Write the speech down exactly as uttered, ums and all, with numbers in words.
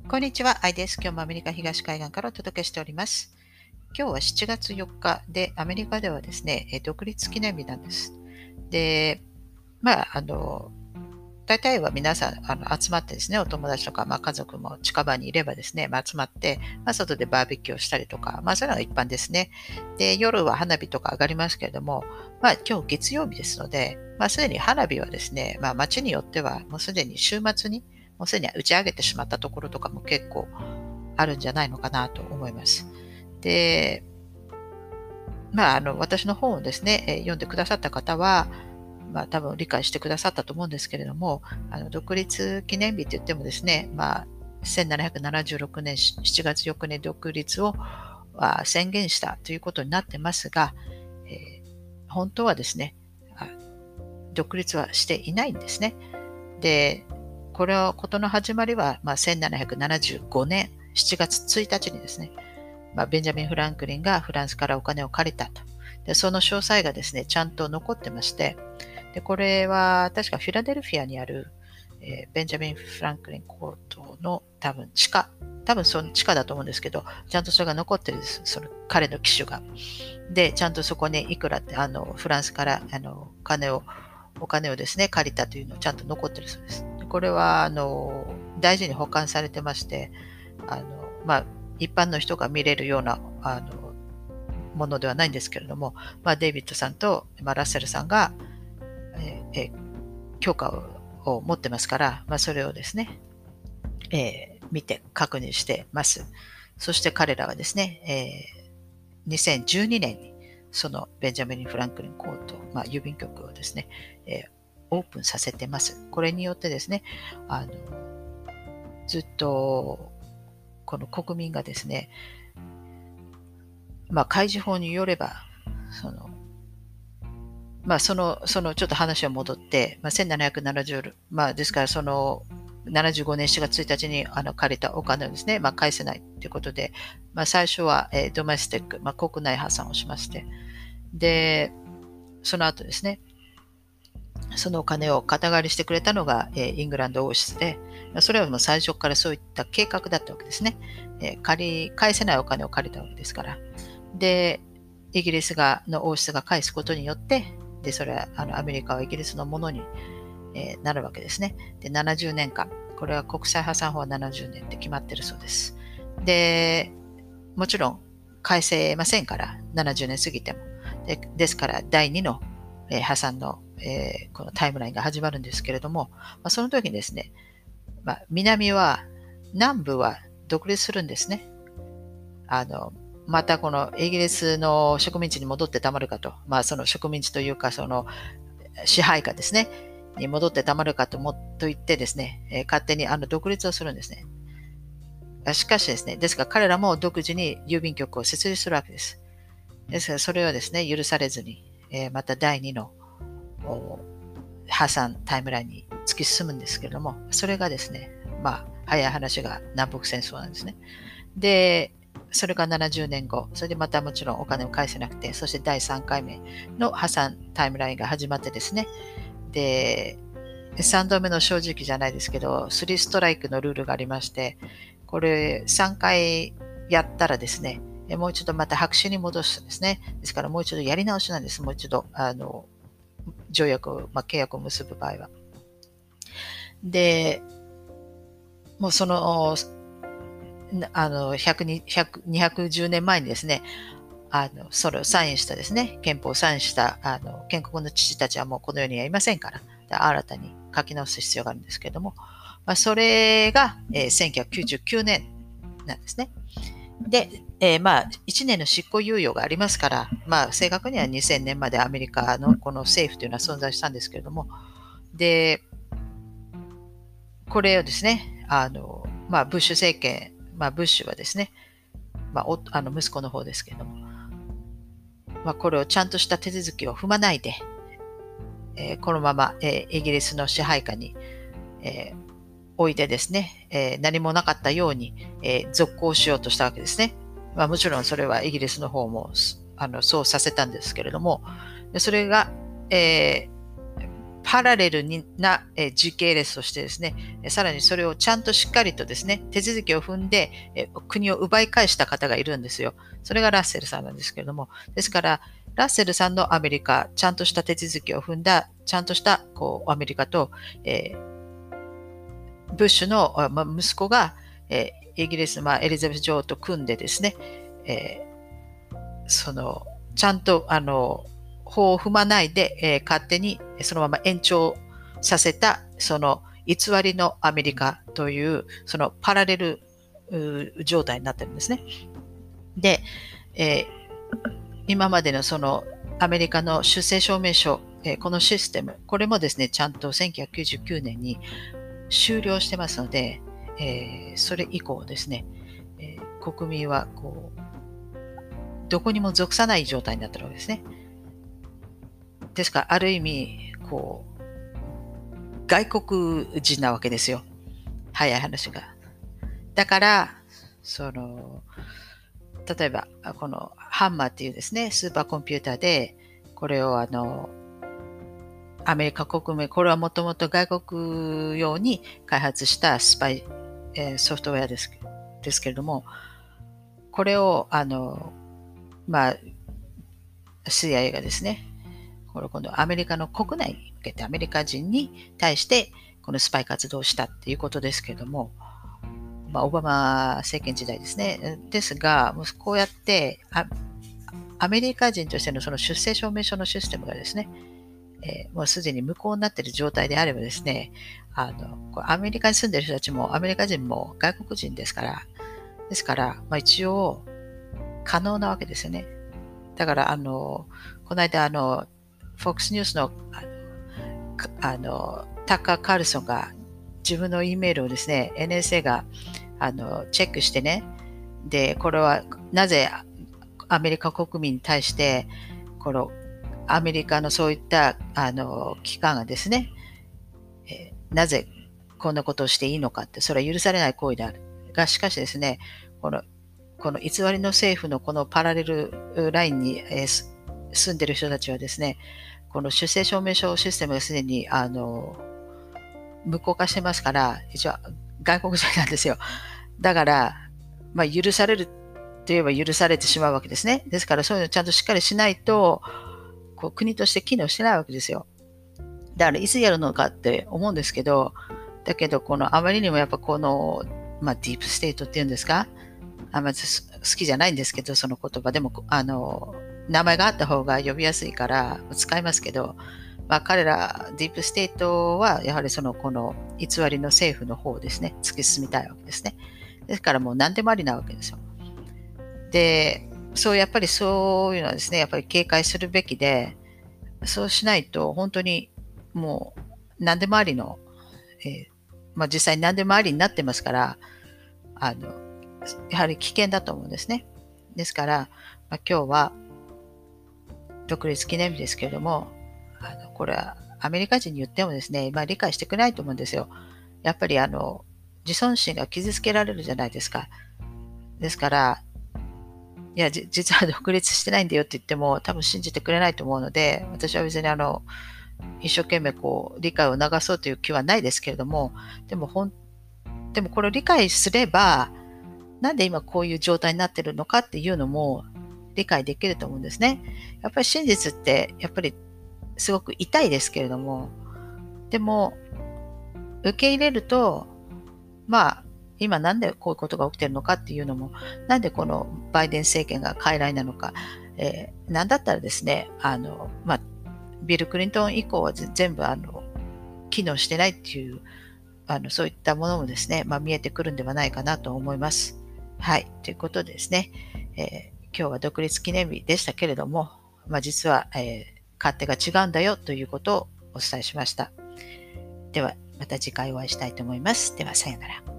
こんにちは、アイです。今日もアメリカ東海岸からお届けしております。今日はしちがつよっかで、アメリカではですね、え独立記念日なんです。で、まあ、あの、大体は皆さんあの集まってですね、お友達とか、まあ、家族も近場にいればですね、まあ、集まって、まあ、外でバーベキューをしたりとか、まあ、そういうのが一般ですね。で、夜は花火とか上がりますけれども、まあ、今日月曜日ですので、まあ、すでに花火はですね、まあ、街によってはもうすでに週末に、もうすでに打ち上げてしまったところとかも結構あるんじゃないのかなと思います。で、まあ、あの、私の本をですね、えー読んでくださった方は、まあ、多分理解してくださったと思うんですけれども、あの、独立記念日って言ってもですね、まあ、せんななひゃくななじゅうろくねんしちがつよっかに独立をあ宣言したということになってますが、えー本当はですね、あ独立はしていないんですね。で、これは、ことの始まりは、まあ、せんななひゃくななじゅうごねんしちがつついたちにですね、まあ、ベンジャミン・フランクリンがフランスからお金を借りたと。で、その詳細がですね、ちゃんと残ってまして、で、これは確かフィラデルフィアにある、えーベンジャミン・フランクリンコートの多分地下、多分その地下だと思うんですけど、ちゃんとそれが残ってるんです。その彼の機種が。で、ちゃんとそこにいくらって、あの、フランスからあの金を、お金をですね、借りたというのをちゃんと残ってるそうです。これは、あの、大事に保管されてまして、あの、まあ、一般の人が見れるような、あの、ものではないんですけれども、まあ、デイビッドさんと、まあ、ラッセルさんが、えーえー許可をを持ってますから、まあ、それをですね、えー見て確認してます。そして彼らはですね、えーにせんじゅうにねんにそのベンジャミン・フランクリンコート、まあ、郵便局をですね、えーオープンさせてます。これによってですね、あのずっとこの国民がですね、まあ、開示法によれば、その、まあ、その、その、ちょっと話は戻って、まあ、せんななひゃくななじゅう、まあ、ですから、その、ななじゅうごねんしがつついたちにあの借りたお金をですね、まあ、返せないということで、まあ、最初は、えードメスティック、まあ、国内破産をしまして、で、その後ですね、そのお金を肩代わりしてくれたのが、えーイングランド王室で、それはもう最初からそういった計画だったわけですね。えー借り、返せないお金を借りたわけですから。で、イギリスがの王室が返すことによって、で、それはあのアメリカはイギリスのものに、えーなるわけですね。で、ななじゅうねんかん、これは国際破産法はななじゅうねんって決まってるそうです。で、もちろん返せませんから、ななじゅうねん過ぎても。でですから、だいにの、えー破産の、えーこのタイムラインが始まるんですけれども、まあ、その時にですね、まあ、南は、南部は独立するんですね。あの、またこのイギリスの植民地に戻ってたまるかと、まあその植民地というかその支配下ですね、に戻ってたまるかともと言ってですね、えー勝手にあの独立をするんですね。しかしですね、ですから彼らも独自に郵便局を設立するわけです。ですからそれをですね、許されずに、えーまただいにの破産タイムラインに突き進むんですけれども、それがですね、まあ早い話が南北戦争なんですね。で、それがななじゅうねんご、それでまたもちろんお金を返せなくて、そしてだいさんかいめの破産タイムラインが始まってですね、で、さんどめの正直じゃないですけど、スリーストライクのルールがありまして、これさんかいやったらですね、もう一度また白紙に戻すんですね。ですからもう一度やり直しなんです。もう一度、あの、条約を、まあ、契約を結ぶ場合は。で、もうその、あの、ひゃく、にひゃく、にひゃくじゅうねんまえにですね、あの、それをサインしたですね、憲法をサインした、あの、建国の父たちはもうこの世にはいませんから、新たに書き直す必要があるんですけれども、まあ、それが、えーせんきゅうひゃくきゅうじゅうきゅうねんなんですね。で、えーまあ、いちねんの執行猶予がありますから、まあ、正確にはにせんねんまでアメリカのこの政府というのは存在したんですけれども、で、これをですね、あの、まあ、ブッシュ政権、まあ、ブッシュはですね、まあ、おあの息子の方ですけれども、まあ、これをちゃんとした手続きを踏まないで、えーこのまま、えーイギリスの支配下に、えー置いてですね、えー何もなかったように、えー続行しようとしたわけですね。まあ、もちろんそれはイギリスの方もあのそうさせたんですけれども、それが、えーパラレルな時系列としてですね、さらにそれをちゃんとしっかりとですね、手続きを踏んで国を奪い返した方がいるんですよ。それがラッセルさんなんですけれども、ですからラッセルさんのアメリカ、ちゃんとした手続きを踏んだ、ちゃんとしたこうアメリカと、えー、ブッシュの、まあ、息子が、えー、イギリス、まあ、エリザベス女王と組んでですね、えー、そのちゃんとあの法を踏まないで、えー、勝手にそのまま延長させたその偽りのアメリカというそのパラレル状態になってるんですね。で、えー、今までのそのアメリカの出生証明書、えー、このシステム、これもですね、ちゃんとせんきゅうひゃくきゅうじゅうきゅうねんに終了してますので、えー、それ以降ですね、えー、国民はこうどこにも属さない状態になってるわけですね。ですから、ある意味、こう、外国人なわけですよ。早い話が。だから、その、例えば、このハンマーっていうですね、スーパーコンピューターで、これをあの、アメリカ国名、これはもともと外国用に開発したスパイ、えー、ソフトウェアです、ですけれども、これを、あの、まあ、シーアイエー がですね、これ今度アメリカの国内に向けてアメリカ人に対してこのスパイ活動をしたっていうことですけれども、まあ、オバマ政権時代ですね。ですが、もうこうやってアメリカ人としてのその出生証明書のシステムがですね、えー、もうすでに無効になっている状態であればですね、あのこれアメリカに住んでいる人たちもアメリカ人も外国人ですから、ですから、まあ、一応可能なわけですよね。だから、あの、この間、あの、フォックス ニュースの、あの、あのタッカー・カールソンが自分の E メールをですね、エヌエスエー があのチェックしてね、で、これはなぜアメリカ国民に対して、このアメリカのそういったあの機関がですね、えー、なぜこんなことをしていいのかって、それは許されない行為である。が、しかしですね、このこの偽りの政府のこのパラレルラインに、えー、住んでいる人たちはですね、この出生証明書システムがすでにあの無効化してますから、一応外国人なんですよ。だから、まあ、許されるといえば許されてしまうわけですね。ですからそういうのをちゃんとしっかりしないと、こう国として機能してないわけですよ。だからいつやるのかって思うんですけど、だけどこのあまりにもやっぱこの、まあ、ディープステートっていうんですか、あんまり好きじゃないんですけど、その言葉でもあの名前があった方が呼びやすいから使いますけど、まあ、彼らディープステートはやはりそのこの偽りの政府の方をですね、突き進みたいわけですね。ですからもう何でもありなわけですよ。で、そうやっぱりそういうのはですね、やっぱり警戒するべきで、そうしないと本当にもう何でもありの、えーまあ、実際に何でもありになってますから、あのやはり危険だと思うんですね。ですから、まあ、今日は独立記念日ですけれども、あのこれはアメリカ人に言ってもですね、まあ、理解してくれないと思うんですよ。やっぱりあの自尊心が傷つけられるじゃないですか。ですから、いや、実は独立してないんだよって言っても多分信じてくれないと思うので、私は別にあの一生懸命こう理解を促そうという気はないですけれども、でもほんでもこれを理解すれば、なんで今こういう状態になってるのかっていうのも理解できると思うんですね。やっぱり真実ってやっぱりすごく痛いですけれども、でも受け入れると、まあ今なんでこういうことが起きてるのかっていうのも、なんでこのバイデン政権が傀儡なのか、えー、なんだったらですね、あの、まあ、ビル・クリントン以降は全部あの機能してないっていう、あのそういったものもですね、まあ、見えてくるんではないかなと思います。はい。ということでですね、えー、今日は独立記念日でしたけれども、まあ、実は、えー、勝手が違うんだよということをお伝えしました。では、また次回お会いしたいと思います。では、さようなら。